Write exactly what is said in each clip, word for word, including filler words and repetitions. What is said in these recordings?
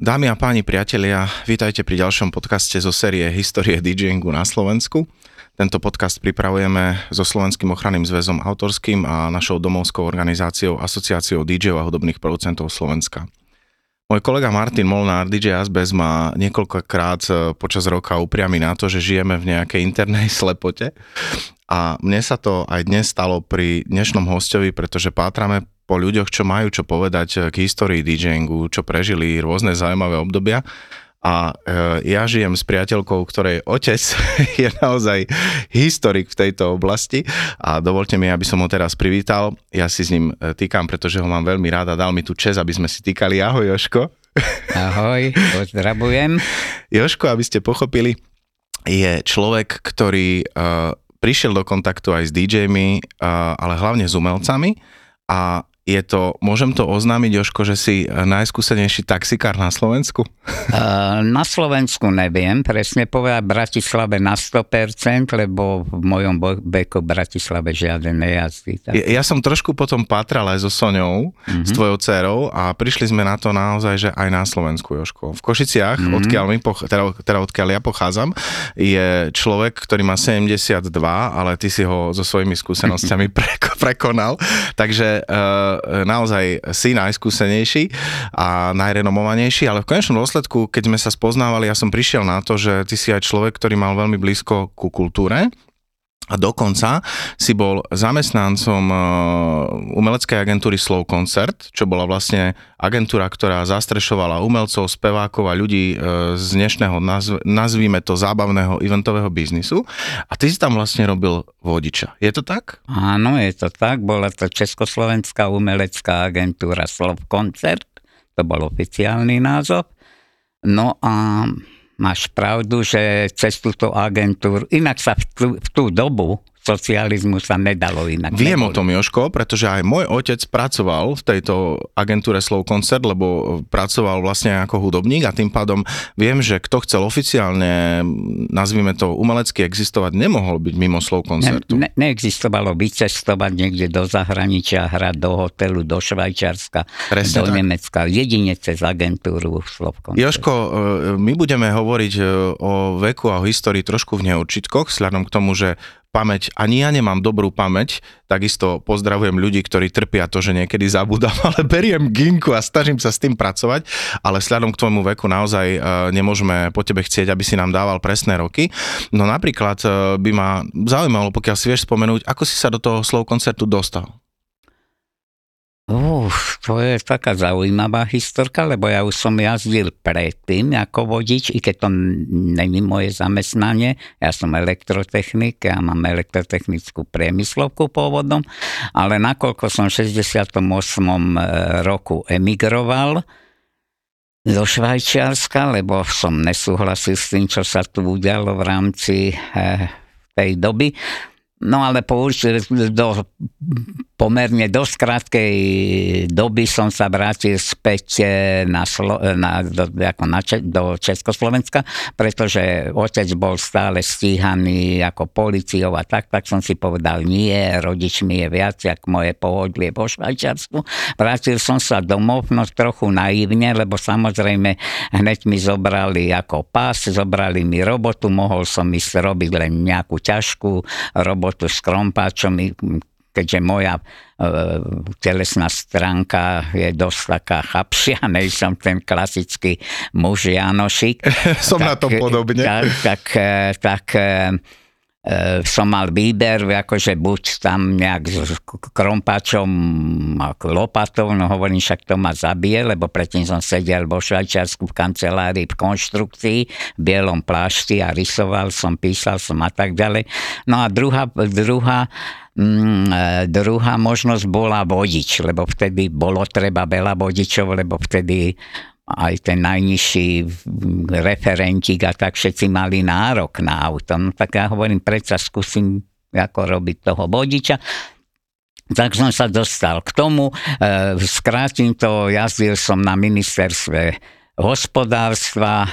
Dámy a páni priatelia, vítajte pri ďalšom podcaste zo série Histórie DJingu na Slovensku. Tento podcast pripravujeme so Slovenským ochranným zväzom autorským a našou domovskou organizáciou Asociáciou dí džejov a hudobných producentov Slovenska. Môj kolega Martin Molnár, dí džej Asbest, ma niekoľkokrát počas roka upriami na to, že žijeme v nejakej internej slepote. A mne sa to aj dnes stalo pri dnešnom hostovi, pretože pátrame po ľuďoch, čo majú čo povedať k histórii DJingu, čo prežili rôzne zaujímavé obdobia. A e, ja žijem s priateľkou, ktorej otec je naozaj historik v tejto oblasti a dovolte mi, aby som ho teraz privítal. Ja si s ním týkam, pretože ho mám veľmi rád a dal mi tu česť, aby sme si týkali. Ahoj, Jožko. Ahoj, pozdravujem. Jožko, aby ste pochopili, je človek, ktorý e, prišiel do kontaktu aj s dí džejmi, e, ale hlavne s umelcami a je to, môžem to oznámiť, Jožko, že si najskúsenejší taxikár na Slovensku? Uh, na Slovensku neviem, presne povedať, v Bratislave na sto percent, lebo v mojom veku v Bratislave žiaden nejazdí. Ja, ja som trošku potom pátral aj so Soňou, mm-hmm. s tvojou dcérou a prišli sme na to naozaj, že aj na Slovensku, Jožko. V Košiciach, mm-hmm. odkiaľ, my poch- teda, teda odkiaľ ja pochádzam, je človek, ktorý má sedemdesiatdva, ale ty si ho so svojimi skúsenosťami pre- prekonal, takže uh, naozaj si najskúsenejší a najrenomovanejší, ale v konečnom dôsledku, keď sme sa spoznávali, ja som prišiel na to, že ty si aj človek, ktorý mal veľmi blízko ku kultúre a dokonca si bol zamestnancom umeleckej agentúry Slow Concert, čo bola vlastne agentúra, ktorá zastrešovala umelcov, spevákov a ľudí z dnešného, nazv- nazvíme to, zábavného eventového biznisu. A ty si tam vlastne robil vodiča. Je to tak? Áno, je to tak. Bola to Československá umelecká agentúra Slow Concert. To bol oficiálny názov. No a máš pravdu, že cez túto agentúru, inak sa v tú, v tú dobu socializmu sa nedalo inak. Viem neboli. O tom, Jožko, pretože aj môj otec pracoval v tejto agentúre Slow Concert, lebo pracoval vlastne ako hudobník a tým pádom viem, že kto chcel oficiálne, nazvime to umelecky existovať, nemohol byť mimo Slow Concertu. Ne, ne, neexistovalo vycestovať niekde do zahraničia, hrať do hotelu, do Švajčiarska, Presne do tak. Nemecka, jedine cez agentúru Slow Concert. Jožko, my budeme hovoriť o veku a o histórii trošku v neurčitkoch, vzhľadom k tomu, že pamäť, ani ja nemám dobrú pamäť, takisto pozdravujem ľudí, ktorí trpia to, že niekedy zabudám, ale beriem ginku a snažím sa s tým pracovať, ale vzhľadom k tvojmu veku naozaj nemôžeme po tebe chcieť, aby si nám dával presné roky. No napríklad by ma zaujímalo, pokiaľ si vieš spomenúť, ako si sa do toho Slow Concertu dostal? Uf, to je taká zaujímavá historka, lebo ja už som jazdil predtým ako vodič, i keď to není moje zamestnanie. Ja som elektrotechnik, ja mám elektrotechnickú priemyslovku pôvodom, ale nakoľko som v šesťdesiatom ôsmom roku emigroval do Švajčiarska, lebo som nesúhlasil s tým, čo sa tu udialo v rámci tej doby. No ale po do pomerne dosť krátkej doby som sa vrátil späť na, Slo- na, do, ako na Če- do Československa, pretože otec bol stále stíhaný ako policiou a tak, tak som si povedal, nie, rodič mi je viac, jak moje pohodlie vo Švajčiarsku. Vrátil som sa domov, no trochu naivne, lebo samozrejme hneď mi zobrali ako pás, zobrali mi robotu, mohol som ísť robiť len nejakú ťažkú robotu s krompáčom, keďže moja e, telesná stránka je dosť taká chabšia, nejsem ten klasický muž Janošik. Som tak, na tom podobne. Tak, tak, tak e, som mal výber, akože buď tam nejak s krompáčom a lopatou, no hovorím, však to ma zabije, lebo predtým som sedel vo Švajčiarsku v kancelárii v konštrukcii, v bielom plášti a rysoval som, písal som a tak ďalej. No a druhá, druhá Mm, druhá možnosť bola vodič, lebo vtedy bolo treba veľa vodičov, lebo vtedy aj ten najnižší referentík a tak všetci mali nárok na auto. No tak ja hovorím, predsa skúsim ako robiť toho vodiča. Tak som sa dostal k tomu. E, skrátim to, jazdil som na ministerstve hospodárstva,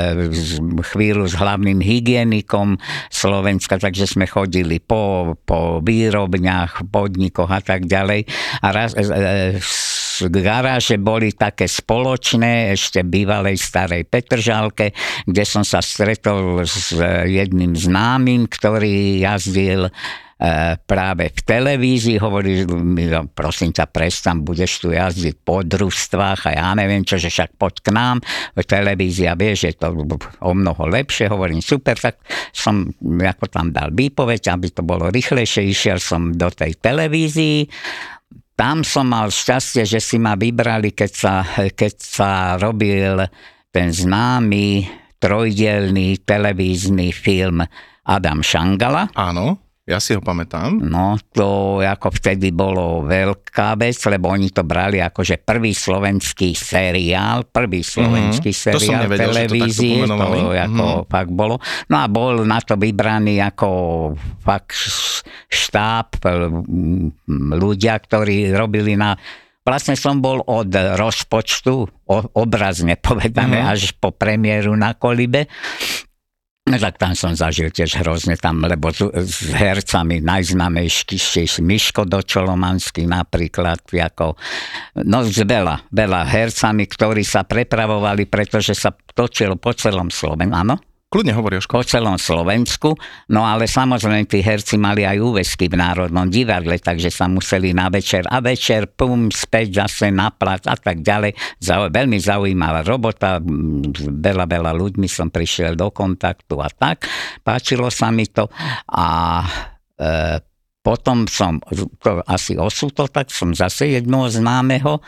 chvíľu s hlavným hygienikom Slovenska, takže sme chodili po, po výrobňách, podnikoch a tak ďalej. A raz, garáže boli také spoločné, ešte bývalej starej Petržalke, kde som sa stretol s jedným známym, ktorý jazdil práve v televízii, hovorí mi, prosím ťa, prestan, budeš tu jazdiť po družstvách a ja neviem čo, že však poď k nám, televízia vie, že je to o mnoho lepšie, hovorím super, tak som ako tam dal výpoveď, aby to bolo rýchlejšie, išiel som do tej televízii. Tam som mal šťastie, že si ma vybrali, keď sa, keď sa robil ten známy trojdielny televízny film Adam Šangala. Áno. Ja si ho pamätám. No, to ako vtedy bolo veľká vec, lebo oni to brali akože prvý slovenský seriál, prvý slovenský mm-hmm. seriál televízie, to, to ako mm-hmm. fakt bolo. No a bol na to vybraný ako fakt štáb, ľudia, ktorí robili na... Vlastne som bol od rozpočtu, obrazne povedané, mm-hmm. až po premiéru na Kolibe. Tak tam som zažil tiež hrozne tam, lebo s, s hercami najznámejších Miško Dočolomanský napríklad, ako, no s veľa, veľa hercami, ktorí sa prepravovali, pretože sa točilo po celom Slovensku, áno? Kľudne hovorí o škole. Po celom Slovensku, no ale samozrejme tí herci mali aj úväzky v Národnom divadle, takže sa museli na večer a večer, pum, späť zase na plac a tak ďalej. Zau, veľmi zaujímavá robota, veľa, veľa ľuďmi som prišiel do kontaktu a tak. Páčilo sa mi to a e, potom som, to asi osúto, tak som zase jednoho známeho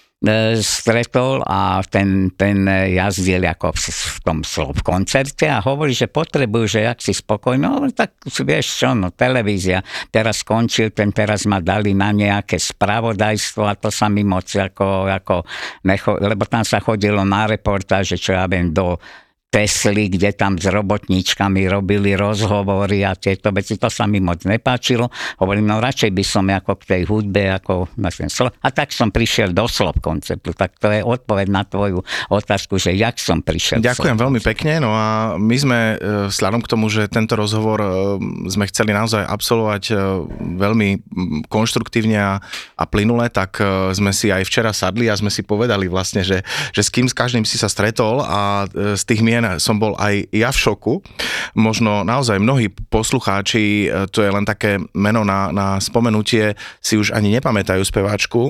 stretol a ten, ten jazdil ako v, v tom v koncerte a hovorí, že potrebujú, že jak si spokojný, no tak vieš čo, no televízia, teraz skončil, ten teraz ma dali na nejaké spravodajstvo a to sa mi moc ako, ako necho, lebo tam sa chodilo na reportáže, čo ja viem, do Tesly, kde tam s robotníčkami robili rozhovory a tieto veci, to sa mi moc nepáčilo. Hovorím, no radšej by som ako k tej hudbe, ako na ten slov. A tak som prišiel do Slob konceptu. Tak to je odpoveď na tvoju otázku, že jak som prišiel. Ďakujem veľmi pekne. No a my sme, vzhľadom k tomu, že tento rozhovor sme chceli naozaj absolvovať veľmi konštruktívne a, a plynule, tak sme si aj včera sadli a sme si povedali vlastne, že, že s kým s každým si sa stretol a z tých mien som bol aj ja v šoku. Možno naozaj mnohí poslucháči, to je len také meno na, na spomenutie, si už ani nepamätajú speváčku,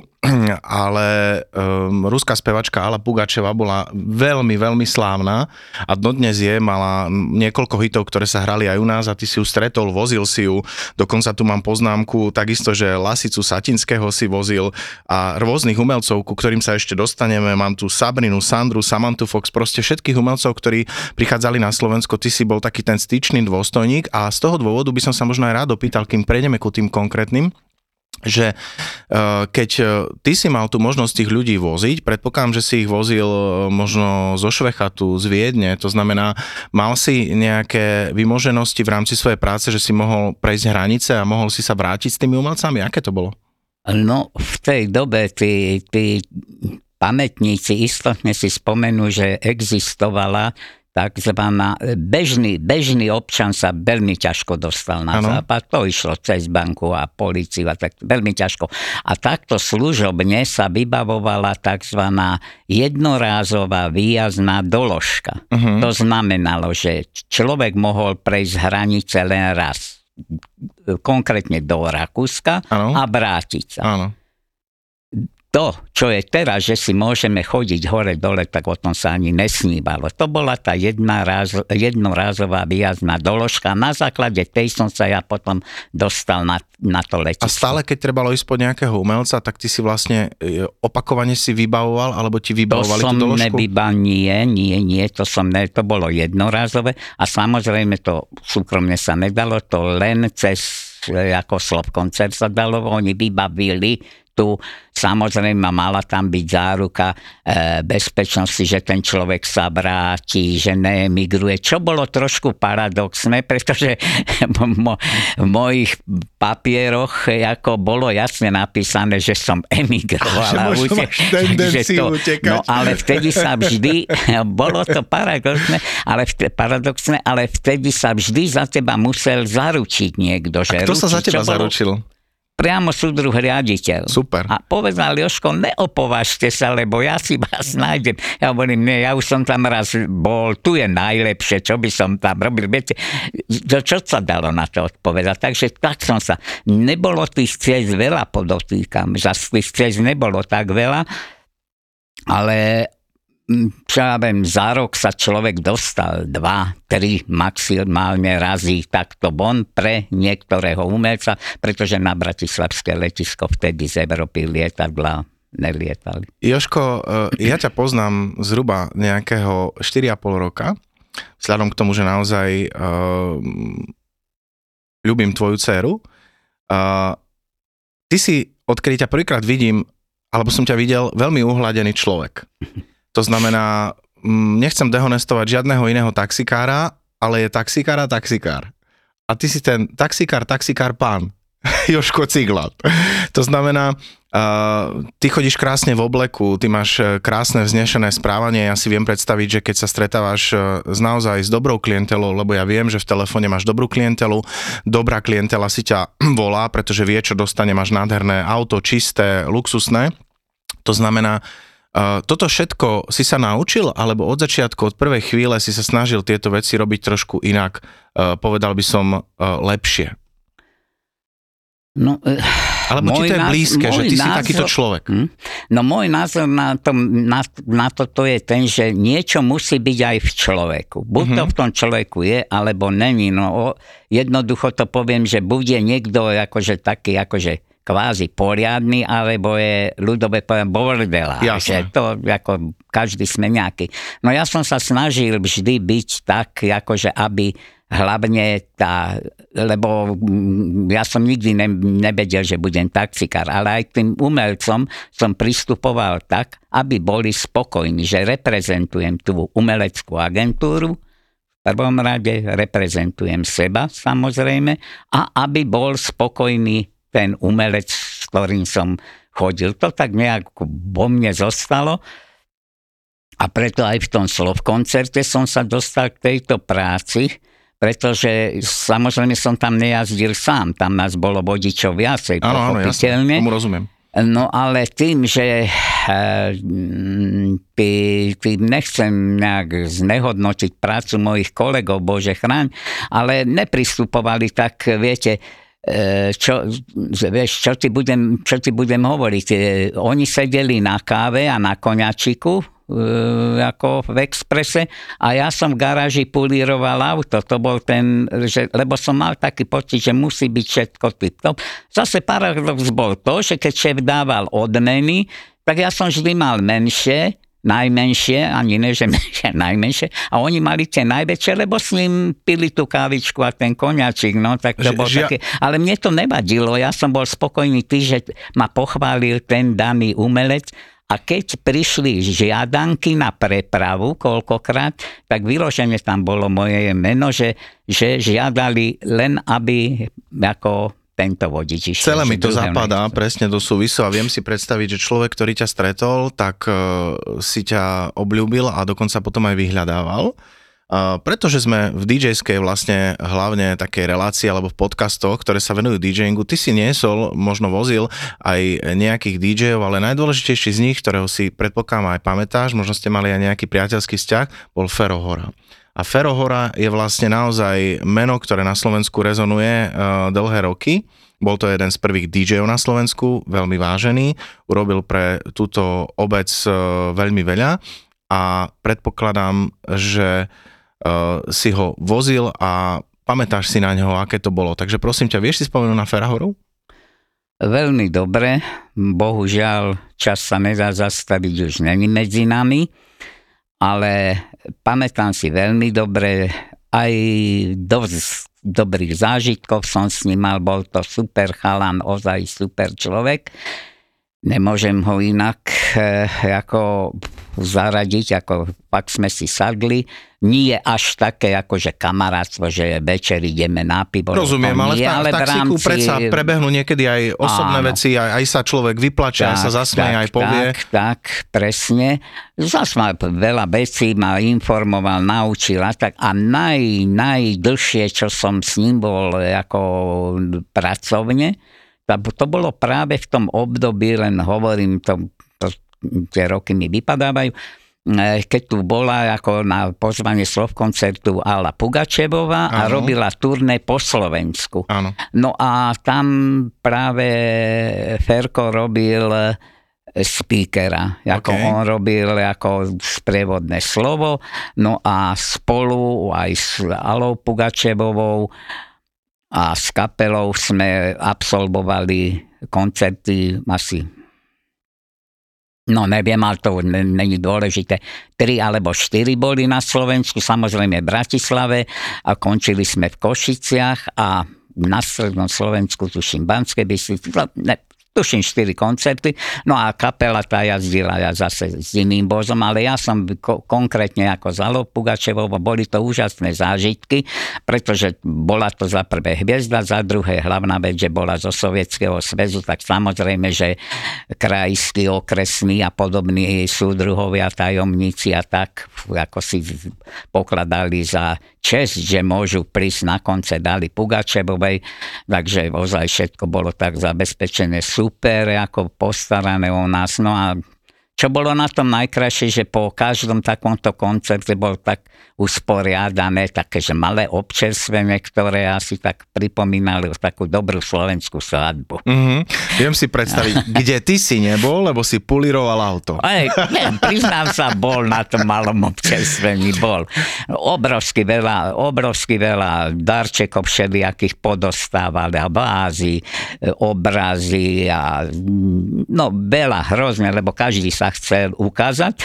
ale um, ruská spevačka Alla Pugačeva bola veľmi, veľmi slávna a dodnes je, mala niekoľko hitov, ktoré sa hrali aj u nás a ty si ju stretol, vozil si ju, dokonca tu mám poznámku, takisto, že Lasicu Satinského si vozil a rôznych umelcov, ku ktorým sa ešte dostaneme, mám tu Sabrinu, Sandru, Samantu Fox, proste všetkých umelcov, ktorí prichádzali na Slovensko, ty si bol taký ten styčný dôstojník a z toho dôvodu by som sa možno aj rád opýtal, kým prejdeme ku tým konkrétnym, že keď ty si mal tú možnosť tých ľudí voziť, predpokladám, že si ich vozil možno zo Švechatu, z Viedne, to znamená, mal si nejaké vymoženosti v rámci svojej práce, že si mohol prejsť hranice a mohol si sa vrátiť s tými umelcami? Aké to bolo? No, v tej dobe tí, tí pamätníci istotne si spomenú, že existovala takzvaná bežný, bežný občan sa veľmi ťažko dostal na ano. Západ. To išlo cez banku a políciu a tak veľmi ťažko. A takto služobne sa vybavovala takzvaná jednorázová výjazdná doložka. Uh-huh. To znamenalo, že človek mohol prejsť hranice len raz. Konkrétne do Rakúska ano. A vrátiť sa. Áno. To, čo je teraz, že si môžeme chodiť hore-dole, tak o tom sa ani nesnívalo. To bola tá jedna ráz, jednorázová výjazdná doložka. Na základe tej som sa ja potom dostal na, na to letisko. A stále, keď trebalo ísť pod nejakého umelca, tak ty si vlastne opakovane si vybavoval, alebo ti vybavovali tú doložku? To som nevybal, nie, nie, nie, to som ne, to bolo jednorázové a samozrejme to súkromne sa nedalo, to len cez ako Slob koncert sa dalo, oni vybavili tu, samozrejme mala tam byť záruka e, bezpečnosti, že ten človek sa vráti, že neemigruje, čo bolo trošku paradoxné, pretože mo, v mojich papieroch ako bolo jasne napísané, že som emigroval. Že máš tendenciu utekať. No ale vtedy sa vždy, bolo to paradoxné, ale, vtedy, paradoxné, ale vtedy sa vždy za teba musel zaručiť niekto. Že a kto ručí, sa za teba zaručil? priamo súdruh riaditeľ. Super. A povedal, Jožko, neopovažte sa, lebo ja si vás nájdem. Ja hovorím, nie, ja už som tam raz bol, tu je najlepšie, čo by som tam robil. Viete, čo sa dalo na to odpovedať? Takže tak som sa, nebolo tých ciest veľa, podotýkam, zase tých ciest nebolo tak veľa, ale čo ja viem, za rok sa človek dostal dva, tri maximálne razy takto von pre niektorého umelca, pretože na bratislavské letisko vtedy z Európy lietadla nelietali. Jožko, ja ťa poznám zhruba nejakého štyri a pol roka, vzhľadom k tomu, že naozaj uh, ľúbim tvoju dceru. Uh, ty si, odkedy ťa prvýkrát vidím, alebo som ťa videl, veľmi uhladený človek. To znamená, nechcem dehonestovať žiadneho iného taxikára, ale je taxikár a taxikár. A ty si ten taxikár, taxikár pán, Jožko Ciglát. To znamená, uh, ty chodíš krásne v obleku, ty máš krásne vznešené správanie, ja si viem predstaviť, že keď sa stretávaš s naozaj s dobrou klientelou, lebo ja viem, že v telefóne máš dobrú klientelu, dobrá klientela si ťa volá, pretože vie, čo dostane, máš nádherné auto, čisté, luxusné. To znamená, Uh, toto všetko si sa naučil, alebo od začiatku, od prvej chvíle si sa snažil tieto veci robiť trošku inak, uh, povedal by som, uh, lepšie? No, uh, alebo ti to je názor, blízke, že ty názor, si takýto človek? Hm? No môj názor na, to, na, na toto je ten, že niečo musí byť aj v človeku. Buď uh-huh. to v tom človeku je, alebo není. No, o, jednoducho to poviem, že bude niekto akože taký, akože kvázi poriadny, alebo je ľudové poviem bordelár. Že to ako každý sme nejaký. No ja som sa snažil vždy byť tak, akože aby hlavne tá, lebo ja som nikdy ne, nevedel, že budem taxikár, ale aj tým umelcom som pristupoval tak, aby boli spokojní, že reprezentujem tú umeleckú agentúru, v prvom rade reprezentujem seba, samozrejme, a aby bol spokojný ten umelec, s ktorým som chodil. To tak nejak vo mne zostalo a preto aj v tom Slovkoncerte som sa dostal k tejto práci, pretože samozrejme som tam nejazdil sám, tam nás bolo vodičov viacej, áno, pochopiteľne. Áno, tomu rozumiem. No ale tým, že e, tým nechcem nejak znehodnotiť prácu mojich kolegov, Bože chráň, ale nepristupovali tak, viete, Čo, vieš, čo, ti budem, čo ti budem hovoriť. Oni sedeli na káve a na koňačiku ako v exprese a ja som v garáži pulíroval auto. To bol ten, že, lebo som mal taký pocit, že musí byť všetko tip-top. Zase paradox bol to, že keď šéf dával odmeny, tak ja som vždy mal menšie, najmenšie, ani ne, že menšie, najmenšie. A oni mali tie najväčšie, lebo s ním pili tú kávičku a ten koňačik, no tak to Ž, bol žia... také. Ale mne to nevadilo, ja som bol spokojný tým, že ma pochválil ten daný umelec. A keď prišli žiadanky na prepravu koľkokrát, tak vyložene tam bolo moje meno, že, že žiadali len, aby ako tento vodič išiel. Celé mi to zapadá presne do súvisu a viem si predstaviť, že človek, ktorý ťa stretol, tak uh, si ťa obľúbil a dokonca potom aj vyhľadával. Uh, pretože sme v dý džejskej vlastne hlavne takej relácii alebo v podcastoch, ktoré sa venujú DJingu, ty si niesol, možno vozil aj nejakých dý džejov, ale najdôležitejší z nich, ktorého si predpokladám aj pamätáš, možno ste mali aj nejaký priateľský vzťah, bol Fero Hora. A Fero Hora je vlastne naozaj meno, ktoré na Slovensku rezonuje uh, dlhé roky. Bol to jeden z prvých dý džejov na Slovensku, veľmi vážený. Urobil pre túto obec uh, veľmi veľa a predpokladám, že uh, si ho vozil a pamätáš si na neho, aké to bolo. Takže prosím ťa, vieš si spomenúť na Fera Horu? Veľmi dobre. Bohužiaľ, čas sa nedá zastaviť, už není medzi nami. Ale pamätám si veľmi dobre, aj dosť dobrých zážitkov som s ním mal, bol to super chalan, ozaj super človek. Nemôžem ho inak e, ako zaradiť, ako pak sme si sadli. Nie až také akože kamarátstvo, že večer ideme na pivo. Rozumiem, ale, nie, ale v taxíku rámci... predsa prebehnú niekedy aj osobné áno. veci, aj, aj sa človek vyplače, aj sa zasmeje, aj povie. Tak, tak, presne. Zas ma veľa vecí ma informoval, naučil a tak. A naj, najdlhšie, čo som s ním bol ako pracovne, to bolo práve v tom období, len hovorím, to, to, tie roky mi vypadávajú, keď tu bola ako na pozvanie Slovkoncertu Alla Pugačevová a robila turné po Slovensku. Áno. No a tam práve Ferko robil speakera, ako okay. On robil ako sprievodné slovo, no a spolu aj s Allou Pugačevovou a s kapelou sme absolvovali koncerty asi, no neviem, ale to není dôležité, tri alebo štyri boli na Slovensku, samozrejme v Bratislave a končili sme v Košiciach a na strednom Slovensku, tuším, Banskej Bystrici, ne, tuším štyri koncerty, no a kapela tá jazdila ja zase s iným bozom, ale ja som ko- konkrétne ako s Allou Pugačevou, boli to úžasné zážitky, pretože bola to za prvé hviezda, za druhé hlavná vec, že bola zo Sovietskeho zväzu, tak samozrejme, že krajskí, okresní a podobní súdruhovia, tajomníci a tak, ako si pokladali za čest, že môžu prísť na koncertAlly Pugačevovej, takže ozaj všetko bolo tak zabezpečené super, ako postarané o nás. No a čo bolo na tom najkrajšie, že po každom takomto koncerte bol tak usporiadané také, že malé občerstvenie, ktoré asi tak pripomínali takú dobrú slovenskú svadbu. Mm-hmm. Viem si predstaviť, kde ty si nebol, lebo si puliroval auto. Ej, ne, priznám sa, bol na tom malom občerstvení, bol. Obrovsky veľa, obrovsky veľa darčekov všelijakých podostávali a vázy, obrazy a no veľa hrozne, lebo každý sa chcel ukázať.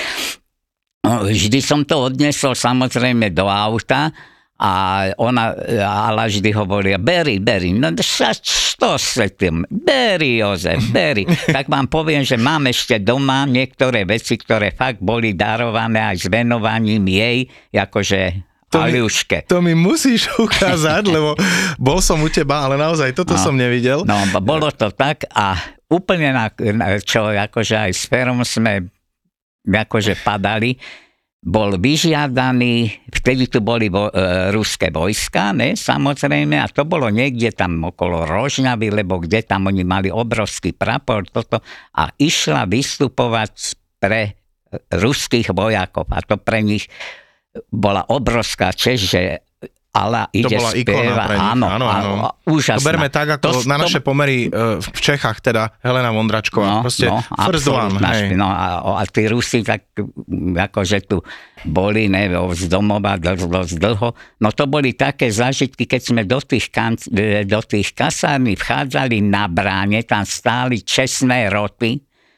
Vždy som to odnesol samozrejme do auta a ona, ale vždy hovoria, beri, beri, no čo sa tým, beri, Jozef, beri. Tak vám poviem, že mám ešte doma niektoré veci, ktoré fakt boli darované aj s venovaním jej, akože to Aliuške. Mi, to mi musíš ukázať, lebo bol som u teba, ale naozaj toto no, som nevidel. No, bolo to tak a úplne na, čo akože aj s Ferom sme akože padali, bol vyžiadaný, vtedy tu boli vo, e, ruské vojska, ne, samozrejme, a to bolo niekde tam okolo Rožňavy, lebo kde tam oni mali obrovský prapor, toto, a išla vystupovať pre ruských vojakov a to pre nich bola obrovská česť, že Alla ide spieva, áno, áno, áno, úžasná. To berme tak, ako to, na naše to... pomery v Čechách, teda Helena Vondračková, no, proste no, first one. Hej. No a, a tí Rusi tak akože tu boli, ne, z domova dosť, dosť dlho. No to boli také zážitky, keď sme do tých, kan, do tých kasárny vchádzali na bráne, tam stáli čestné roty,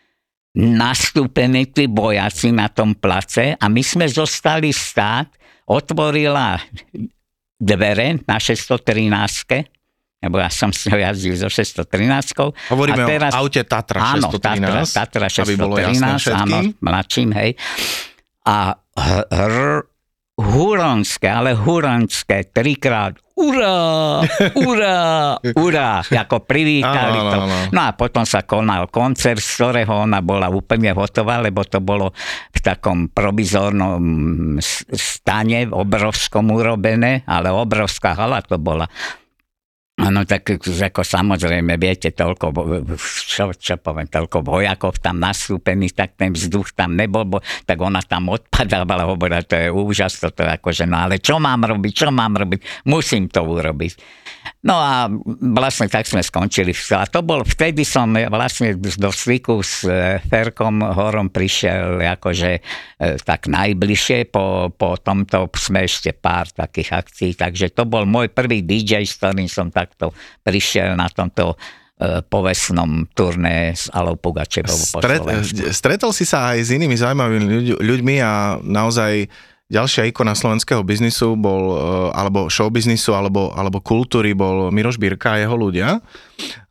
nastúpení tí vojaci na tom place a my sme zostali stáť, otvorila dvere na šesťstotrinásť, lebo ja som si ho jazdil zo šesťstotrinásť. Hovoríme teraz, o aute Tatra áno, šesťstotrinásť, Tatra, Tatra aby bolo jasné všetkým. Áno, mladším, hej. A hr, huronské, ale huronské, trikrát urá, urá, urá, ako privítali to. No a potom sa konal koncert, z ktorého ona bola úplne hotová, lebo to bolo v takom provizornom stane, obrovskom urobené, ale obrovská hala to bola. No tak ako samozrejme, viete, toľko, čo, čo poviem, toľko vojakov tam nastúpených, tak ten vzduch tam nebol, bo, tak ona tam odpadávala, hovorila, to je úžas, toto akože, no ale čo mám robiť, čo mám robiť, musím to urobiť. No a vlastne tak sme skončili. A to bol, vtedy som vlastne do styku s Ferkom Horom prišiel akože tak najbližšie, po, po tomto sme ešte pár takých akcií, takže to bol môj prvý dý džej, s ktorým som takto prišiel na tomto povestnom turné s Allou Pugačevovou po Slovensku. Stretol si sa aj s inými zaujímavými ľuďmi a naozaj ďalšia ikona slovenského biznisu bol, alebo showbiznisu, alebo, alebo kultúry bol Miroš Birka a jeho ľudia.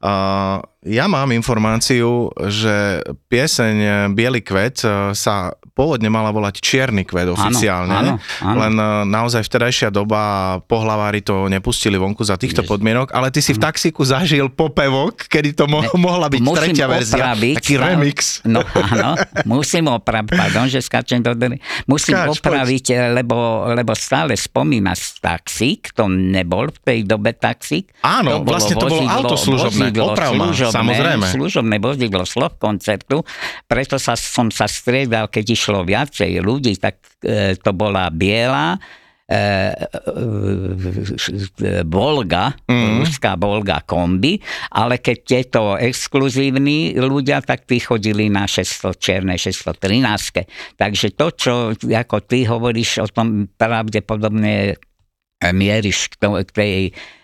Ja mám informáciu, že pieseň Biely kvet sa pôvodne mala volať Čierny kvet oficiálne, áno, áno. len naozaj vtedajšia doba pohlavári to nepustili vonku za týchto Jež. podmienok, ale ty si v taxíku zažil popevok, kedy to mo- mohla byť musím tretia verzia, opraviť, taký stále, remix. No áno, musím opraviť, pardon, že skáčem do dry. Musím Skáč, opraviť, lebo, lebo stále spomínaš taxík, to nebol v tej dobe taxík. Áno, to vlastne to bolo autoslužobné, opravma, samozrejme. Služobné vozidlo slov koncertu, preto sa, som sa striedal, keď išlo viacej ľudí, tak e, to bola biela e, e, Volga, mm. ruská Volga kombi, ale keď tieto exkluzívni ľudia, tak tí chodili na šesťsto, čierne šesťsto trinásť. Takže to, čo ako ty hovoríš o tom, pravdepodobne mieriš k, to, k tej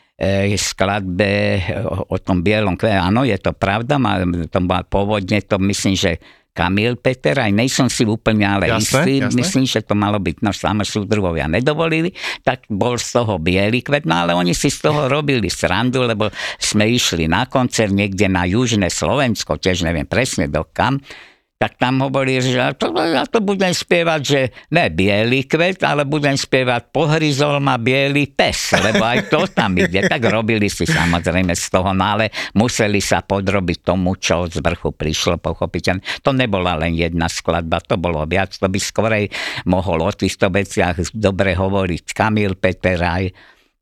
skladbe o tom bielom kvete. Áno, je to pravda, to mal pôvodne, to myslím, že Kamil Peter, aj nejsom si úplne ale jasné, istý, jasné. Myslím, že to malo byť, no sama súdruhovia nedovolili, tak bol z toho biely kvet, no ale oni si z toho robili srandu, lebo sme išli na koncert niekde na južné Slovensko, tiež neviem presne do kam, tak tam hovorí, že ja to, ja to budem spievať, že ne biely kvet, ale budem spievať pohryzol ma biely pes, lebo aj to tam ide. Tak robili si samozrejme z toho, no ale museli sa podrobiť tomu, čo z vrchu prišlo, pochopiteľne. To nebola len jedna skladba, to bolo viac, to by skorej mohol o týchto veciach dobre hovoriť Kamil Peter aj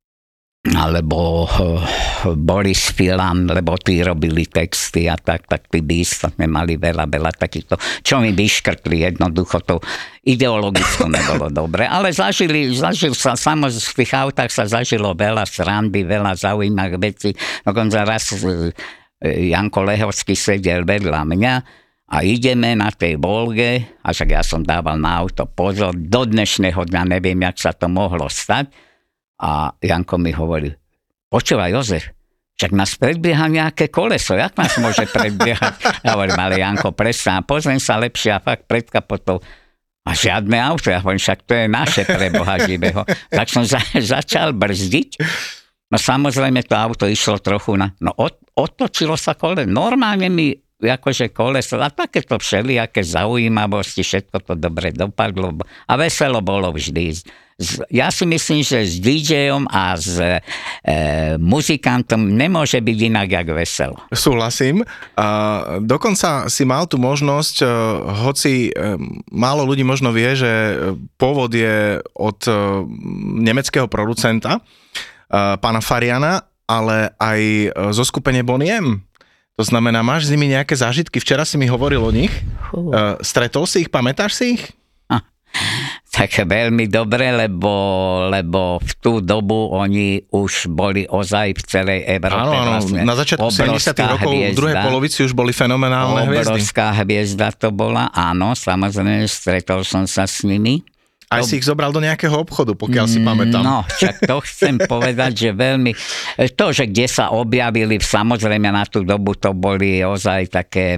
alebo Boris Filan, lebo tí robili texty a tak, tak tí by istotne mali veľa, veľa takýchto, čo mi vyškrtli jednoducho, to ideologicky nebolo dobre, ale zažili, zažil sa, samozrejme v tých autách sa zažilo veľa srandy, veľa zaujímavých vecí, dokonca raz Janko Lehocký sedel vedľa mňa a ideme na tej Volge, a však ja som dával na auto pozor, do dnešného dňa neviem, jak sa to mohlo stať. A Janko mi hovorí, počúvaj Jozef, však nás predbieha nejaké koleso, jak nás môže predbiehať? Ja hovorím, ale Janko, prestaň, pozriem sa lepšie a fakt pred kapotou. A žiadne auto, ja hovorím, však to je naše pre Boha živého. Tak som za, začal brzdiť. No samozrejme to auto išlo trochu na... No od, otočilo sa koleso. Normálne mi akože koleso a takéto všelijaké zaujímavosti, všetko to dobre dopadlo a veselo bolo vždy. Ja si myslím, že s DJom a s e, muzikantom nemôže byť inak, jak veselo. Súhlasím. A dokonca si mal tú možnosť, hoci málo ľudí možno vie, že pôvod je od nemeckého producenta, pána Fariana, ale aj zo skupenia Boney M. To znamená, máš s nimi nejaké zážitky? Včera si mi hovoril o nich. Uh. Stretol si ich, pamätáš si ich? Ah, tak veľmi dobre, lebo, lebo v tú dobu oni už boli ozaj v celej Európe. Áno, áno, vlastne na začiatku sedemdesiatych rokov, v druhej polovici už boli fenomenálne hviezdy. Obrovská hviezda to bola, áno, samozrejme, stretol som sa s nimi. Aj to... si ich zobral do nejakého obchodu, pokiaľ si pamätám. No, však to chcem povedať, že veľmi... To, že kde sa objavili, samozrejme na tú dobu to boli ozaj také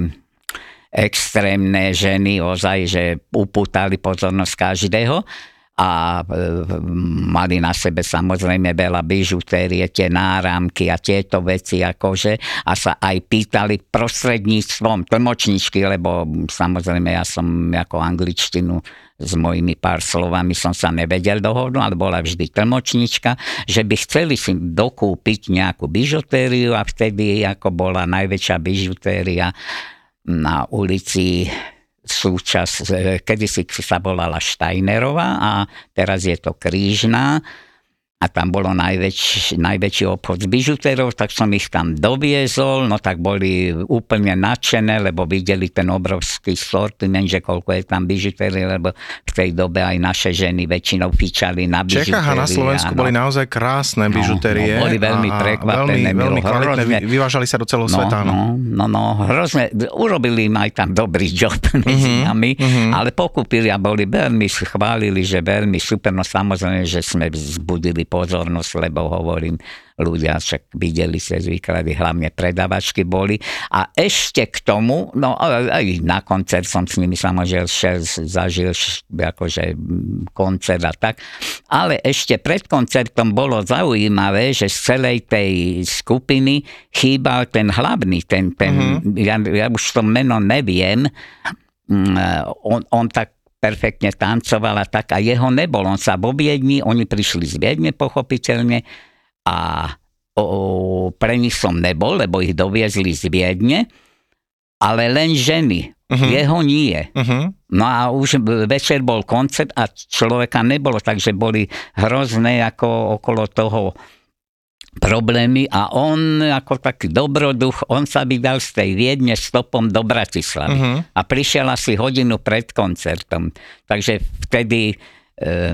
extrémne ženy, ozaj, že upútali pozornosť každého a mali na sebe samozrejme veľa bižutérie, tie náramky a tieto veci akože a sa aj pýtali prostredníctvom tlmočničky, lebo samozrejme ja som ako angličtinu s mojimi pár slovami som sa nevedel dohodnúť, ale bola vždy tlmočnička, že by chceli si dokúpiť nejakú bižutériu a vtedy ako bola najväčšia bižutéria na ulici súčas, kedysi sa volala Steinerová a teraz je to Krížna a tam bolo najväč, najväčší obchod s bižutérov, tak som ich tam doviezol, no tak boli úplne nadšené, lebo videli ten obrovský sortiment, že koľko je tam bižutérie, lebo v tej dobe aj naše ženy väčšinou fičali na bižutérie. V Čechách a na Slovensku no, boli naozaj krásne bižutérie. No, no, boli veľmi prekvapené. Veľmi, veľmi kvalitné, hrozne, vyvážali sa do celého no, sveta. No, no, no, hrozne, urobili im aj tam dobrý job medzi mm-hmm, nami, mm-hmm. ale pokúpili a boli veľmi, chválili, že veľmi super, no samozrejme, že sme vzbudili pozornosť, lebo hovorím, ľudia však videli cez výklady, hlavne predavačky boli. A ešte k tomu, no aj na koncert som s nimi samozrejme zažil akože koncert a tak, ale ešte pred koncertom bolo zaujímavé, že z celej tej skupiny chýbal ten hlavný, ten, ten mm-hmm. ja, ja už to meno neviem, on, on tak perfektne tancoval a tak, a jeho nebol. On sa vo Viedni, oni prišli z Viedne pochopiteľne a o, pre nich som nebol, lebo ich doviezli z Viedne, ale len ženy. Uh-huh. Jeho nie. Uh-huh. No a už večer bol koncert a človeka nebolo, takže boli hrozné ako okolo toho problémy a on ako taký dobroduch, on sa vydal z tej Viedne stopom do Bratislavy uh-huh. a prišiel asi hodinu pred koncertom. Takže vtedy e,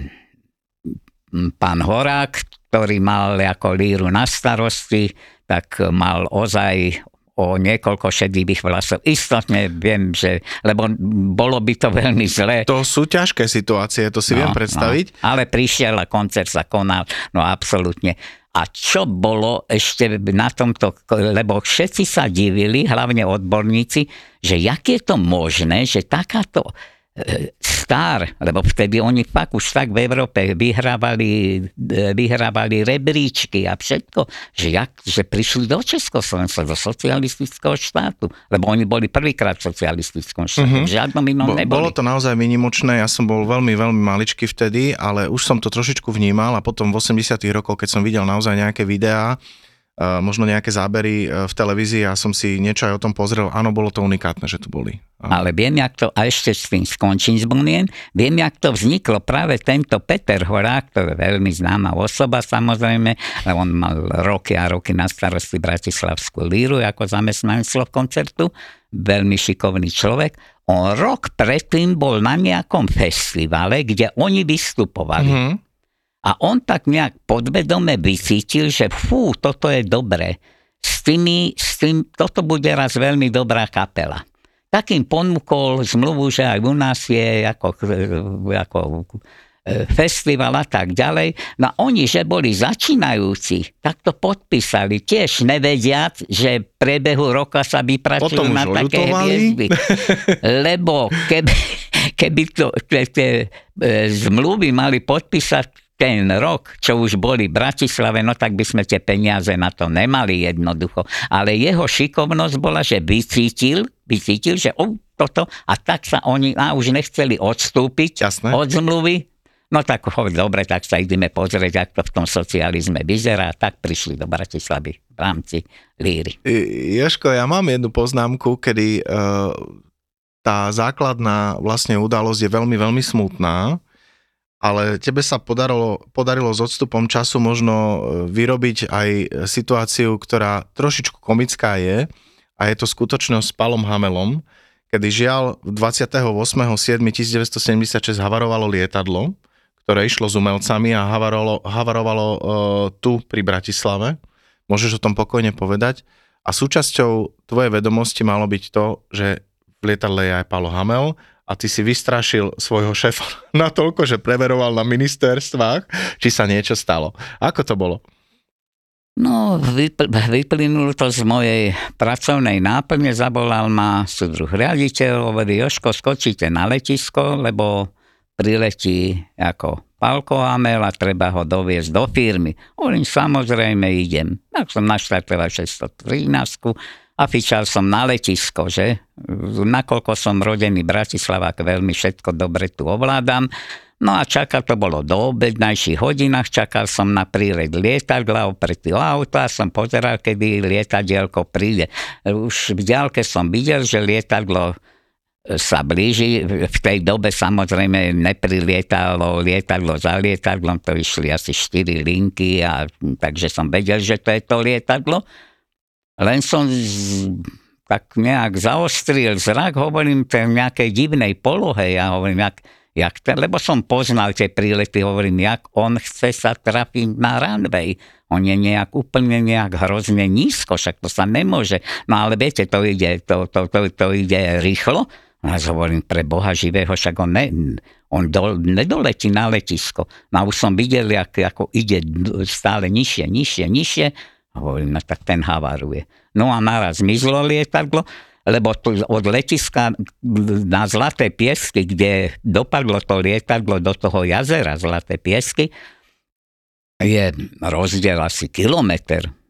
pán Horák, ktorý mal ako líru na starosti, tak mal ozaj o niekoľko šedivých vlasov. Istotne viem, že, lebo bolo by to veľmi zlé. To sú ťažké situácie, to si no, viem predstaviť. No, ale prišiel a koncert sa konal, no absolútne. A čo bolo ešte na tomto, lebo všetci sa divili, hlavne odborníci, že jak je to možné, že takáto star, lebo vtedy oni fakt už tak v Európe vyhrávali, vyhrávali rebríčky a všetko, že, jak, že prišli do Československa, do socialistického štátu, lebo oni boli prvýkrát v socialistickom štátu, mm-hmm. žiadnom inom Bo, neboli. Bolo to naozaj výnimočné, ja som bol veľmi, veľmi maličký vtedy, ale už som to trošičku vnímal a potom v osemdesiatych rokoch, keď som videl naozaj nejaké videá, možno nejaké zábery v televízii a som si niečo aj o tom pozrel. Áno, bolo to unikátne, že tu boli. Áno. Ale viem, jak to, a ešte s tým skončím s Boniem, viem, jak to vzniklo. Práve tento Peter Horák, to je veľmi známa osoba samozrejme, lebo on mal roky a roky na starosti Bratislavskú líru ako zamestnanec koncertu, veľmi šikovný človek. On rok predtým bol na nejakom festivale, kde oni vystupovali. Mm-hmm. A on tak nejak podvedome vycítil, že fú, toto je dobré. S tými, s tým, toto bude raz veľmi dobrá kapela. Tak im ponúkol zmluvu, že aj u nás je ako, ako festival a tak ďalej. No oni, že boli začínajúci, tak to podpísali. Tiež nevediac, že v priebehu roka sa vypracujú na také hviezdy. Lebo keby, keby to, tie zmluvy mali podpísať ten rok, čo už boli v Bratislave, no tak by sme tie peniaze na to nemali jednoducho. Ale jeho šikovnosť bola, že vycítil, vycítil, že oh, toto, a tak sa oni a už nechceli odstúpiť Jasné. Od zmluvy. No tak oh, dobre, tak sa ideme pozrieť, ako to v tom socializme vyzerá. Tak prišli do Bratislavy v rámci líry. Jožko, ja mám jednu poznámku, kedy uh, tá základná vlastne udalosť je veľmi, veľmi smutná. Ale tebe sa podarilo, podarilo s odstupom času možno vyrobiť aj situáciu, ktorá trošičku komická je, a je to skutočnosť s Palom Hamelom, kedy žiaľ dvadsiateho ôsmeho júla devätnásťsedemdesiatšesť havarovalo lietadlo, ktoré išlo s umelcami a havarovalo, havarovalo uh, tu pri Bratislave. Môžeš o tom pokojne povedať. A súčasťou tvojej vedomosti malo byť to, že v lietadle je aj Palo Hamel, a ty si vystrašil svojho šéfa natoľko, že preveroval na ministerstvách, či sa niečo stalo. Ako to bolo? No, vypl- vyplynulo to z mojej pracovnej náplne. Zavolal ma súdruh riaditeľ, hovorí, Jožko, skočíte na letisko, lebo priletí ako Palko Hamel a treba ho doviesť do firmy. Hovorím, samozrejme idem. Tak som naštartoval šesťstotrinásť a fičal som na letisko, že? Nakoľko som rodený Bratislavák, veľmi všetko dobre tu ovládam. No a čakal, to bolo do obednejších hodinách, čakal som na prílet lietadla opretý o auta a som pozeral, kedy lietadielko príde. Už v diaľke som videl, že lietadlo sa blíži. V tej dobe samozrejme neprilietalo lietadlo za lietadlom, to išli asi štyri linky, a takže som vedel, že to je to lietadlo. Len som z, tak nejak zaostril zrak, hovorím, v nejakej divnej polohe, ja hovorím, jak, jak ten, lebo som poznal tie prílety, hovorím, jak on chce sa trafiť na runway. On je nejak úplne nejak hrozne nízko, však to sa nemôže. No ale viete, to ide, to, to, to, to ide rýchlo. A ja hovorím, pre Boha živého, však on, ne, on do, nedoletí na letisko. No a už som videl, jak, ako ide stále nižšie, nižšie, nižšie. Hovorím, no tak ten havaruje. No a naraz zmizlo lietadlo, lebo tu od letiska na Zlaté Piesky, kde dopadlo to lietadlo do toho jazera Zlaté Piesky, je rozdiel asi kilometr.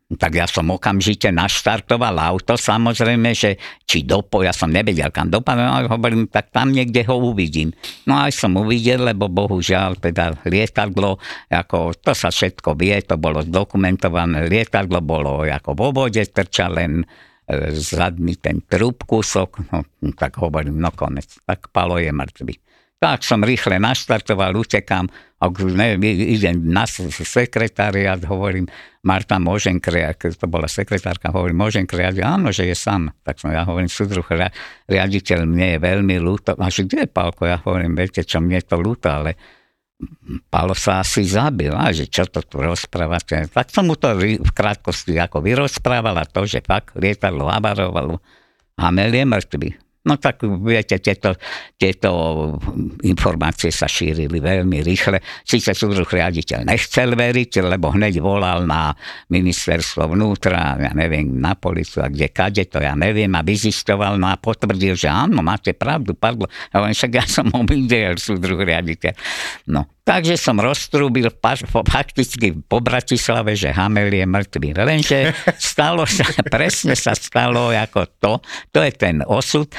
Tak ja som okamžite naštartoval auto, samozrejme, že či dopo, ja som nevedel, kam dopadne, ale hovorím, tak tam niekde ho uvidím. No aj som uvidel, lebo bohužiaľ teda lietadlo, ako to sa všetko vie, to bolo zdokumentované, lietadlo bolo ako vo vode, trča len e, zadný ten trúb kúsok, no tak hovorím, no konec, tak Palo je mŕtvy. Tak som rýchle naštartoval, utekám, a ne, idem na sekretariat, hovorím, Marta, môžem kriať, to bola sekretárka, hovorím, môžem kriať, áno, že je sám. Tak som ja hovorím, súdruh, riaditeľ, mne je veľmi ľúto. A že kde je Pálko? Ja hovorím, viete čo, mne je to ľúto, ale Pálo sa asi zabil, a že čo to tu rozprávate. Tak som mu to v krátkosti ako vyrozprávala, to, že fakt lietadlo havarovalo, Hamel je mŕtvy. No tak viete, tieto, tieto informácie sa šírili veľmi rýchle. Sice súdruh riaditeľ nechcel veriť, lebo hneď volal na ministerstvo vnútra, ja neviem, na políciu a kde kade, to ja neviem, a vyzistoval, no a potvrdil, že áno, máte pravdu, padlo. A on však ja som ho videl, súdruh riaditeľ. No, takže som roztrúbil fakticky po Bratislave, že Hamel je mŕtvý. Lenže stalo sa, presne sa stalo ako to, to je ten osud.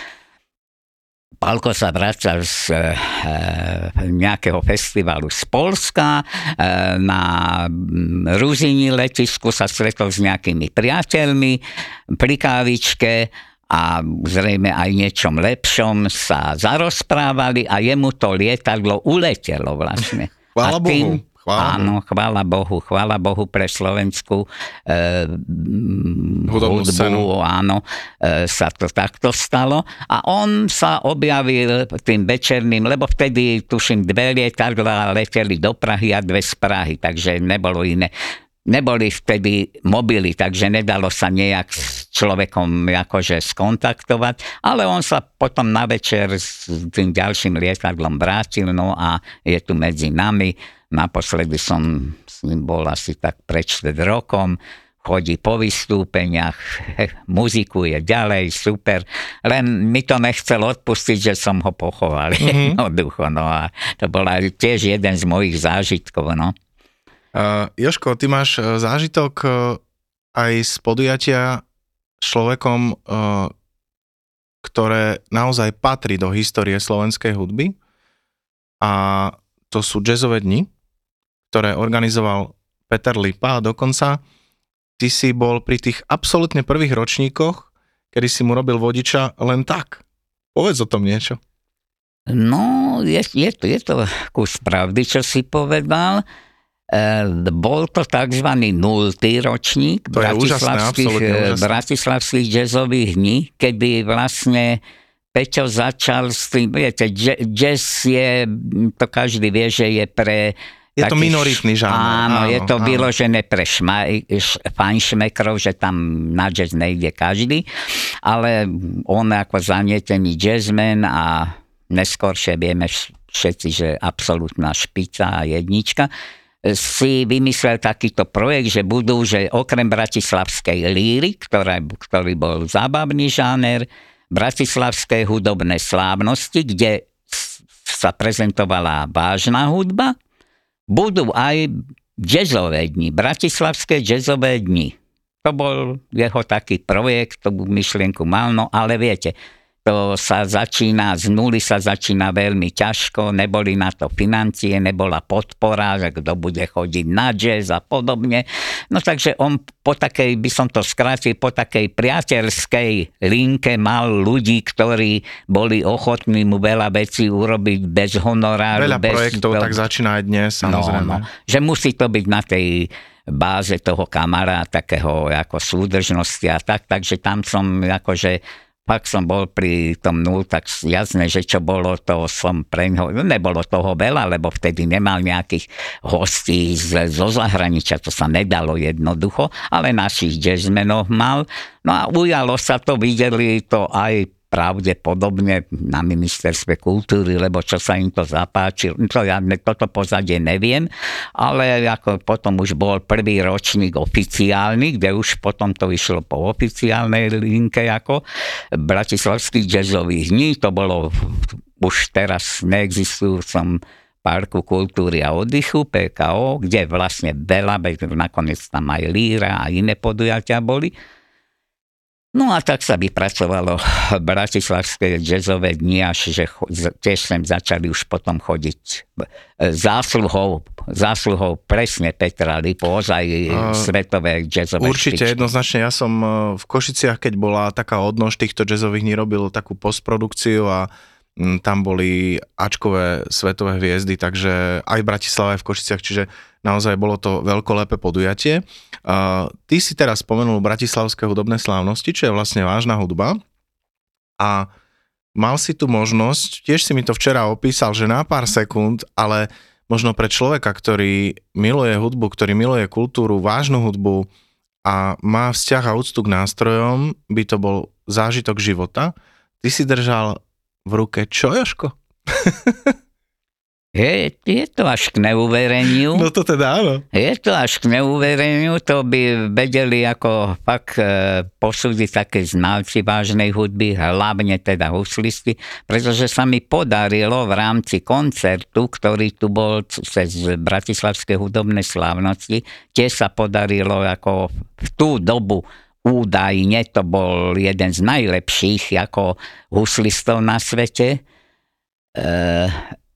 Pálko sa vracal z e, nejakého festivalu z Polska, e, na Ruzini letisku sa stretol s nejakými priateľmi pri kávičke a zrejme aj niečom lepšom sa zarozprávali a jemu to lietadlo uletelo vlastne. Chvála a tým, Bohu. Chvála áno, chvála Bohu, chvála Bohu pre slovenskú e, hudbu, scénu. Áno, e, sa to takto stalo. A on sa objavil tým večerným, lebo vtedy, tuším, dve lietadlá leteli do Prahy a dve z Prahy, takže nebolo iné. Neboli vtedy mobily, takže nedalo sa nejak s človekom akože skontaktovať, ale on sa potom na večer s tým ďalším lietadlom vrátil, no a je tu medzi nami. Naposledy som s ním bol asi tak pred štvrt rokom, chodí po vystúpeniach, muzikuje ďalej, super, len mi to nechcel odpustiť, že som ho pochoval mm-hmm. jednoducho, no a to bol tiež jeden z mojich zážitkov, no. Uh, Jožko, ty máš zážitok uh, aj z podujatia s človekom, uh, ktoré naozaj patrí do histórie slovenskej hudby a to sú jazzové dni, ktoré organizoval Peter Lipa a dokonca ty si bol pri tých absolútne prvých ročníkoch, kedy si mu robil vodiča len tak. Povedz o tom niečo. No, je, je, to, je to kus pravdy, čo si povedal. E, bol to takzvaný nultý ročník to bratislavských, úžasné, bratislavských jazzových dní, kedy vlastne Peťo začal s tým, viete, jazz je, to každý vie, že je pre... Je to minoritný žáner. Áno, áno, je to áno. vyložené pre šma, fajnšmekrov, že tam na jazz nejde každý, ale on ako zanietený jazzman a neskôršie vieme všetci, že absolútna špica a jednička, si vymyslel takýto projekt, že budú, že okrem bratislavskej líry, ktorá, ktorý bol zábavný žáner, bratislavské hudobné slávnosti, kde sa prezentovala vážna hudba, budú aj jazzové dni, bratislavské jazzové dni. To bol jeho taký projekt, tú myšlienku mal, no ale viete, to sa začína, z nuly sa začína veľmi ťažko, neboli na to financie, nebola podpora, že kto bude chodiť na jazz a podobne. No takže on po takej, by som to skrátil, po takej priateľskej linke mal ľudí, ktorí boli ochotní mu veľa vecí urobiť bez honoráru. Veľa bez, projektov bez... tak začína aj dnes, samozrejme. No, no, že musí to byť na tej báze toho kamaráta, takého ako súdržnosti a tak, takže tam som akože pak som bol pri tom nul, tak jasné, že čo bolo, to som pre ňoho, nebolo toho veľa, lebo vtedy nemal nejakých hostí z, zo zahraničia, to sa nedalo jednoducho, ale našich jazzmenov mal. No a ujalo sa to, videli to aj pravdepodobne na ministerstve kultúry, lebo čo sa im to zapáčilo, to ja toto pozadie neviem, ale ako potom už bol prvý ročník oficiálny, kde už potom to išlo po oficiálnej linke ako bratislavských jazzových dní, to bolo už teraz neexistujúcom Parku kultúry a oddychu, pé ká ó, kde vlastne veľa, nakoniec tam aj líra a iné podujatia boli. No a tak sa vypracovalo bratislavské jazzové dni, až že tiež sem začali už potom chodiť zásluhou, zásluhou presne Petra Lipu, ozaj uh, svetové jazzové určite, špičky. Jednoznačne. Ja som v Košiciach, keď bola taká odnož týchto jazzových dní, robil takú postprodukciu a tam boli ačkové svetové hviezdy, takže aj v Bratislave, aj v Košiciach, čiže naozaj bolo to veľkolepé podujatie. Uh, ty si teraz spomenul Bratislavské hudobné slávnosti, čo je vlastne vážna hudba. A mal si tu možnosť, tiež si mi to včera opísal, že na pár sekúnd, ale možno pre človeka, ktorý miluje hudbu, ktorý miluje kultúru, vážnu hudbu a má vzťah a úctu k nástrojom, by to bol zážitok života. Ty si držal v ruke čo, Jožko? Je, je to až k neuvereniu. No to teda áno. Je to až k neuvereniu, to by vedeli ako fakt e, posúdiť také znalci vážnej hudby, hlavne teda huslisti, pretože sa mi podarilo v rámci koncertu, ktorý tu bol cez Bratislavské hudobné slávnosti, tiež sa podarilo ako v tú dobu údajne, to bol jeden z najlepších ako huslistov na svete. E,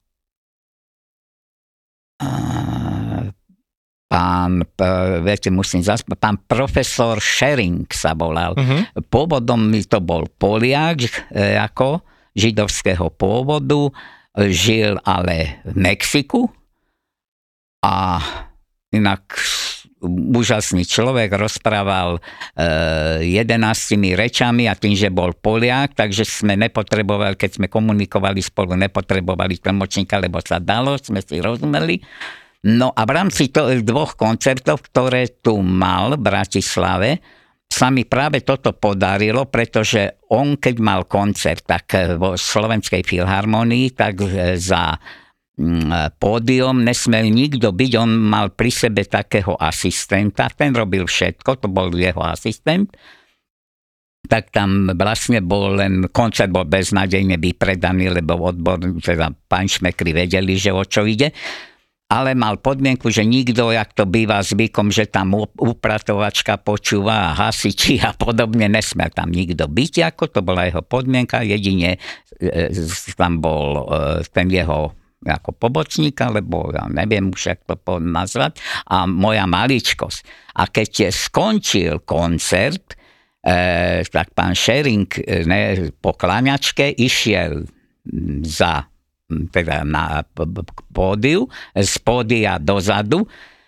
Pán, viete, musím zaspať, pán profesor Schering sa volal. Uh-huh. Pôvodom to bol Poliak, ako židovského pôvodu, žil ale v Mexiku a inak úžasný človek, rozprával jedenástimi rečami a tým, že bol Poliak, takže sme nepotrebovali, keď sme komunikovali spolu, nepotrebovali tlmočníka, lebo sa dalo, sme si rozumeli. No a v rámci to, dvoch koncertov, ktoré tu mal v Bratislave, sa mi práve toto podarilo, pretože on, keď mal koncert, tak vo Slovenskej filharmonii, tak za pódium nesmel nikto byť, on mal pri sebe takého asistenta, ten robil všetko, to bol jeho asistent, tak tam vlastne bol len, koncert bol beznádejne vypredaný, lebo odbor, teda pán šmekri vedeli, že o čo ide, ale mal podmienku, že nikto, jak to býva zvykom, že tam upratovačka počúva a hasiči a podobne, nesmel tam nikto byť, ako to bola jeho podmienka, jedine tam bol ten jeho ako pobocník, alebo ja neviem už, jak to nazvať, a moja maličkosť. A keď skončil koncert, e, tak pán Schering ne, po kláňačke išiel za teda na pódiu, z pódia dozadu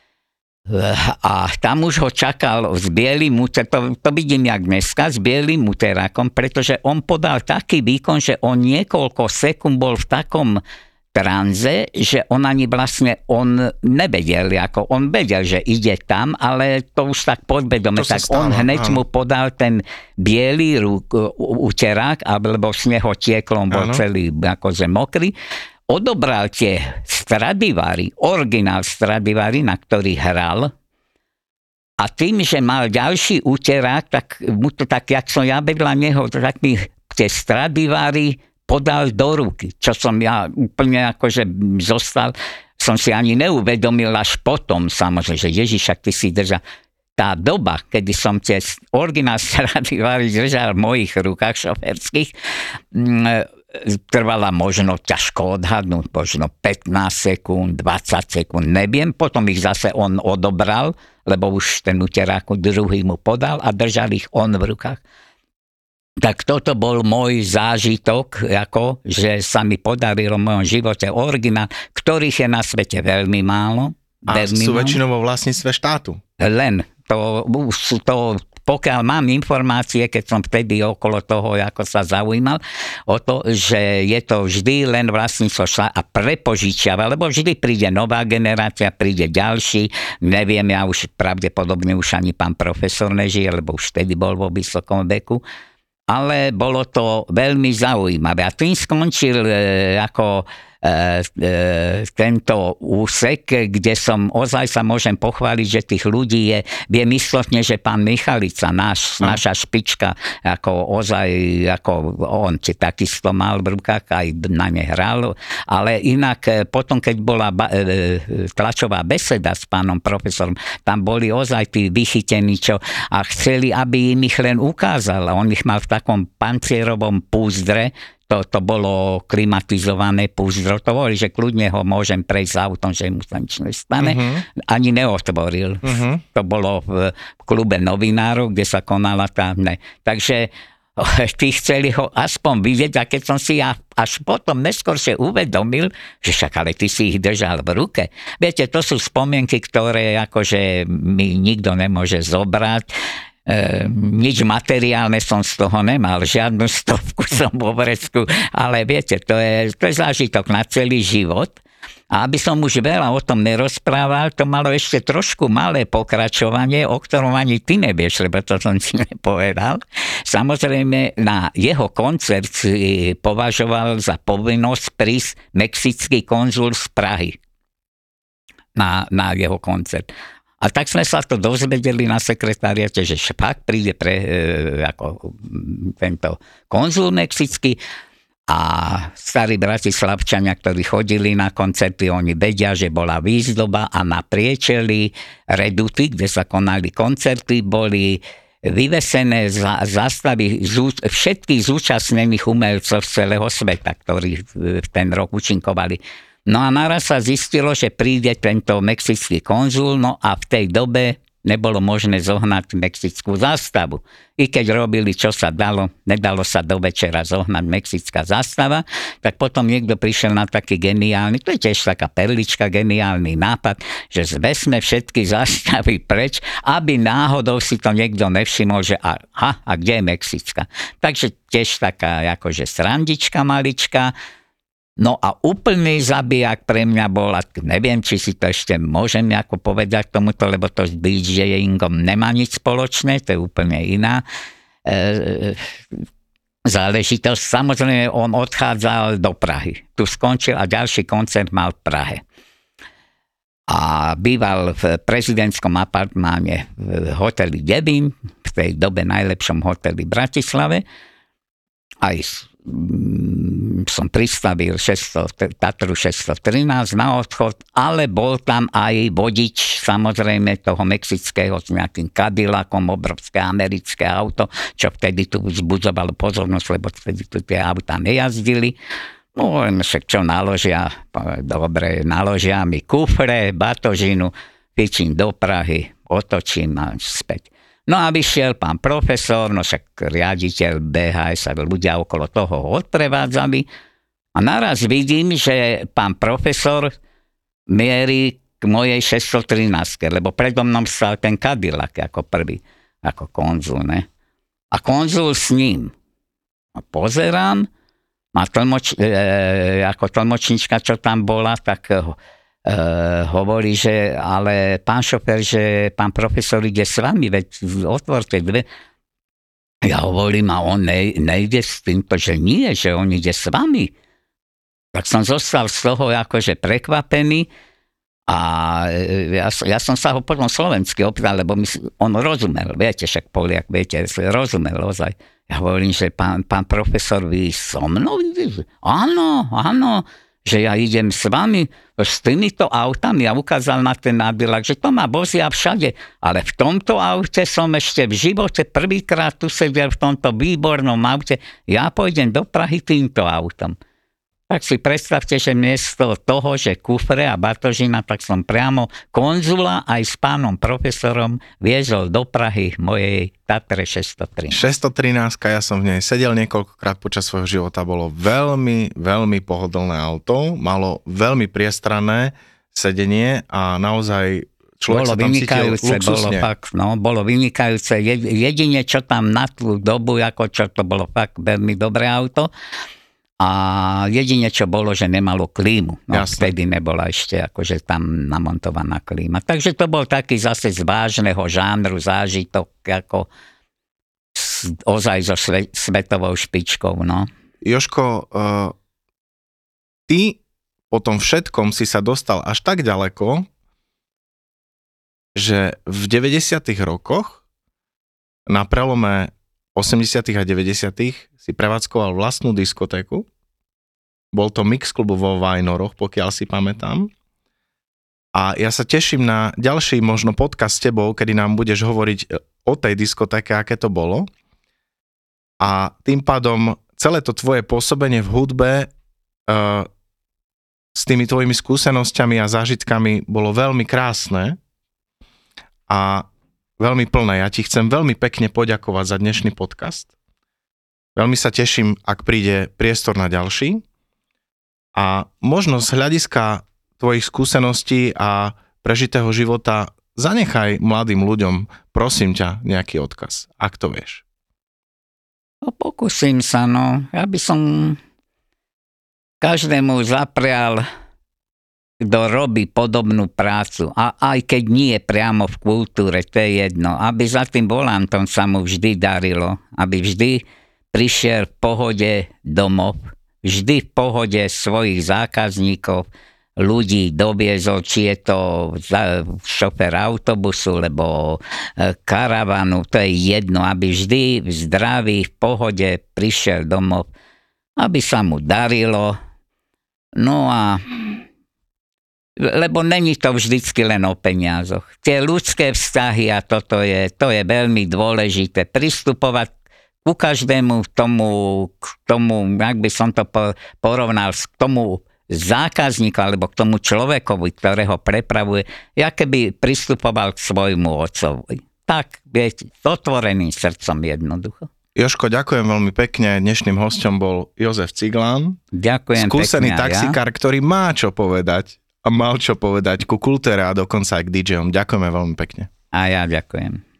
a tam už ho čakal s bielým muterákom, to, to vidím jak dneska, s bielým muterákom, pretože on podal taký výkon, že on niekoľko sekúnd bol v takom tranze, že on ani vlastne on nevedel, ako on vedel, že ide tam, ale to už tak podvedome, tak stáva, on hneď áno. mu podal ten biely uterák, alebo z neho tieklo, on bol áno. celý akože mokrý, odobral tie Stradivari, originál Stradivari, na ktorý hral, a tým, že mal ďalší uterák, tak mu to tak, jak som ja vedľa neho, tak mi tie Stradivari podal do ruky, čo som ja úplne akože zostal, som si ani neuvedomil až potom, samozrejme, že Ježišak, ty si držal. Tá doba, kedy som tie originál Stradivari držal v mojich rukách šoferských, trvala možno ťažko odhadnúť, možno pätnásť sekúnd, dvadsať sekúnd, neviem, potom ich zase on odobral, lebo už ten uterák druhý mu podal a držal ich on v rukách. Tak toto bol môj zážitok, ako, že sa mi podarilo v mojom živote originál, ktorých je na svete veľmi málo. A veľmi sú málo. väčšinou vo vlastníctve štátu. Len. To, to, pokiaľ mám informácie, keď som vtedy okolo toho, ako sa zaujímal, o to, že je to vždy len vlastníctvo štátu a prepožičiava, lebo vždy príde nová generácia, príde ďalší, neviem, ja už pravdepodobne už ani pán profesor nežije, lebo už vtedy bol vo vysokom veku. Ale bolo to veľmi zaujímavé. A tým skončil e, ako tento úsek, kde som ozaj sa môžem pochváliť, že tých ľudí je, viem istotne, že pán Michalica, náš, no. naša špička, ako ozaj, ako on či takisto mal v rukách, aj na ne hral, ale inak potom, keď bola tlačová beseda s pánom profesorom, tam boli ozaj tí vychytení, čo a chceli, aby im ich len ukázal. On ich mal v takom pancierovom púzdre, To, to bolo klimatizované púzdro. To hovorí, že kľudne ho môžem prejsť autom, že mu sa nič nestane. Uh-huh. Ani neotvoril. Uh-huh. To bolo v klube novinárov, kde sa konala tá... Ne. Takže tí chceli ho aspoň vidieť, a keď som si ja až potom neskôršie uvedomil, že však ale ty si ich držal v ruke. Viete, to sú spomienky, ktoré akože mi nikto nemôže zobrať. E, nič materiálne som z toho nemal, žiadnu stovku som vo vrecku, ale viete, to je, to je zážitok na celý život. A aby som už veľa o tom nerozprával, to malo ešte trošku malé pokračovanie, o ktorom ani ty nevieš, lebo to som si nepovedal. Samozrejme, na jeho koncert si považoval za povinnosť prísť mexický konzul z Prahy na, na jeho koncert. A tak sme sa to dozvedeli na sekretariate, že fakt príde pre, e, ako tento konzul mexický a starí bratislavčania, ktorí chodili na koncerty, oni vedia, že bola výzdoba a na priečeli Reduty, kde sa konali koncerty, boli vyvesené za, zástavy zú, všetkých zúčastnených umelcov z celého sveta, ktorí v ten rok účinkovali. No a naraz sa zistilo, že príde tento mexický konzul, no a v tej dobe nebolo možné zohnať mexickú zástavu. I keď robili, čo sa dalo, nedalo sa do večera zohnať mexická zástava, tak potom niekto prišiel na taký geniálny, to je tiež taká perlička, geniálny nápad, že zväzme všetky zástavy preč, aby náhodou si to niekto nevšimol, že aha, a kde je mexická. Takže tiež taká akože srandička malička. No a úplný zabijak pre mňa bol, a neviem, či si to ešte môžem nejako povedať tomuto, lebo to s DJingom nemá nič spoločné, to je úplne iná e, záležitosť. Samozrejme, on odchádzal do Prahy. Tu skončil a ďalší koncert mal v Prahe. A býval v prezidentskom apartmáne v hoteli Devin, v tej dobe najlepšom hoteli v Bratislave. Aj som pristavil šesťsto, Tatru šesťstotrinásť na odchod, ale bol tam aj vodič, samozrejme toho mexického s nejakým Cadillacom, obrovské americké auto, čo vtedy tu vzbudzovalo pozornosť, lebo vtedy tu tie auta nejazdili. No, však čo naložia, dobre, naložia mi kufre, batožinu, pičím do Prahy, otočím a späť. No a vyšiel pán profesor, no však riaditeľ bé há es a ľudia okolo toho odprevádzali a naraz vidím, že pán profesor mierí k mojej šesťstotrinásť, lebo predo mnou stal ten Cadillac ako prvý, ako konzul, ne? A konzul s ním. A pozerám, a tlmoč, e, ako tlmočnička, čo tam bola, tak Uh, hovorí, že ale pán šofér, že pán profesor ide s vami, veď otvorte dve. Ja hovorím, a on ne, nejde s týmto, že nie, že on ide s vami. Tak som zostal z toho akože prekvapený a ja, ja som sa ho potom slovensky opýtal, lebo my, on rozumel, viete, však Poliak, viete, rozumel ozaj. Ja hovorím, že pán, pán profesor, vy so mnou? Áno, áno, že ja idem s vami, s týmito autami a ukázal na ten Cadillac, že to ma vozia všade, ale v tomto aute som ešte v živote prvýkrát tu sedel v tomto výbornom aute, ja pôjdem do Prahy týmto autom. Tak si predstavte, že miesto toho, že kufre a batožina, tak som priamo konzula aj s pánom profesorom viezol do Prahy mojej Tatre šesťstotrinásť. šesťstotrinásť, ja som v nej sedel niekoľkokrát počas svojho života, bolo veľmi, veľmi pohodlné auto, malo veľmi priestranné sedenie a naozaj človek bolo sa tam cítil luxusne. Bolo fakt, no, bolo vynikajúce. Jedine, čo tam na tú dobu, ako čo to bolo fakt veľmi dobré auto. A jedine, čo bolo, že nemalo klímu. No, vtedy nebola ešte akože tam namontovaná klíma. Takže to bol taký zase z vážneho žánru zážitok, ako ozaj so svetovou špičkou. No. Jožko, uh, ty po tom všetkom si sa dostal až tak ďaleko, že v deväťdesiatych rokoch na prelome osemdesiatych a deväťdesiatych si prevádzkoval vlastnú diskotéku. Bol to mix klub vo Vajnoroch, pokiaľ si pamätám. A ja sa teším na ďalší možno podcast s tebou, kedy nám budeš hovoriť o tej diskotéke, aké to bolo. A tým pádom celé to tvoje pôsobenie v hudbe uh, s tými tvojimi skúsenosťami a zážitkami bolo veľmi krásne a veľmi plné. Ja ti chcem veľmi pekne poďakovať za dnešný podcast. Veľmi sa teším, ak príde priestor na ďalší. A možno z hľadiska tvojich skúseností a prežitého života zanechaj mladým ľuďom, prosím ťa, nejaký odkaz, ak to vieš. No, pokúsim sa, no. Ja by som každému zaprial, kto robí podobnú prácu, a aj keď nie priamo v kultúre, to je jedno, aby za tým volantom sa mu vždy darilo, aby vždy prišiel v pohode domov, vždy v pohode svojich zákazníkov, ľudí doviezol, či je to šofér autobusu, alebo karavanu, to je jedno, aby vždy v zdraví, v pohode prišiel domov, aby sa mu darilo. No a lebo není to vždycky len o peniazoch. Tie ľudské vzťahy a toto je, to je veľmi dôležité. Pristupovať ku každému tomu, k tomu, jak by som to porovnal, k tomu zákazníku alebo k tomu človekovi, ktorého prepravuje, ja keby pristupoval k svojmu otcovi. Tak, viete, s otvoreným srdcom jednoducho. Jožko, ďakujem veľmi pekne. Dnešným hosťom bol Jozef Ciglán. Ďakujem skúsený pekne. taxikár, ja? Ktorý má čo povedať a mal čo povedať ku kultúre a dokonca aj k dí džejom. Ďakujeme veľmi pekne. A ja ďakujem.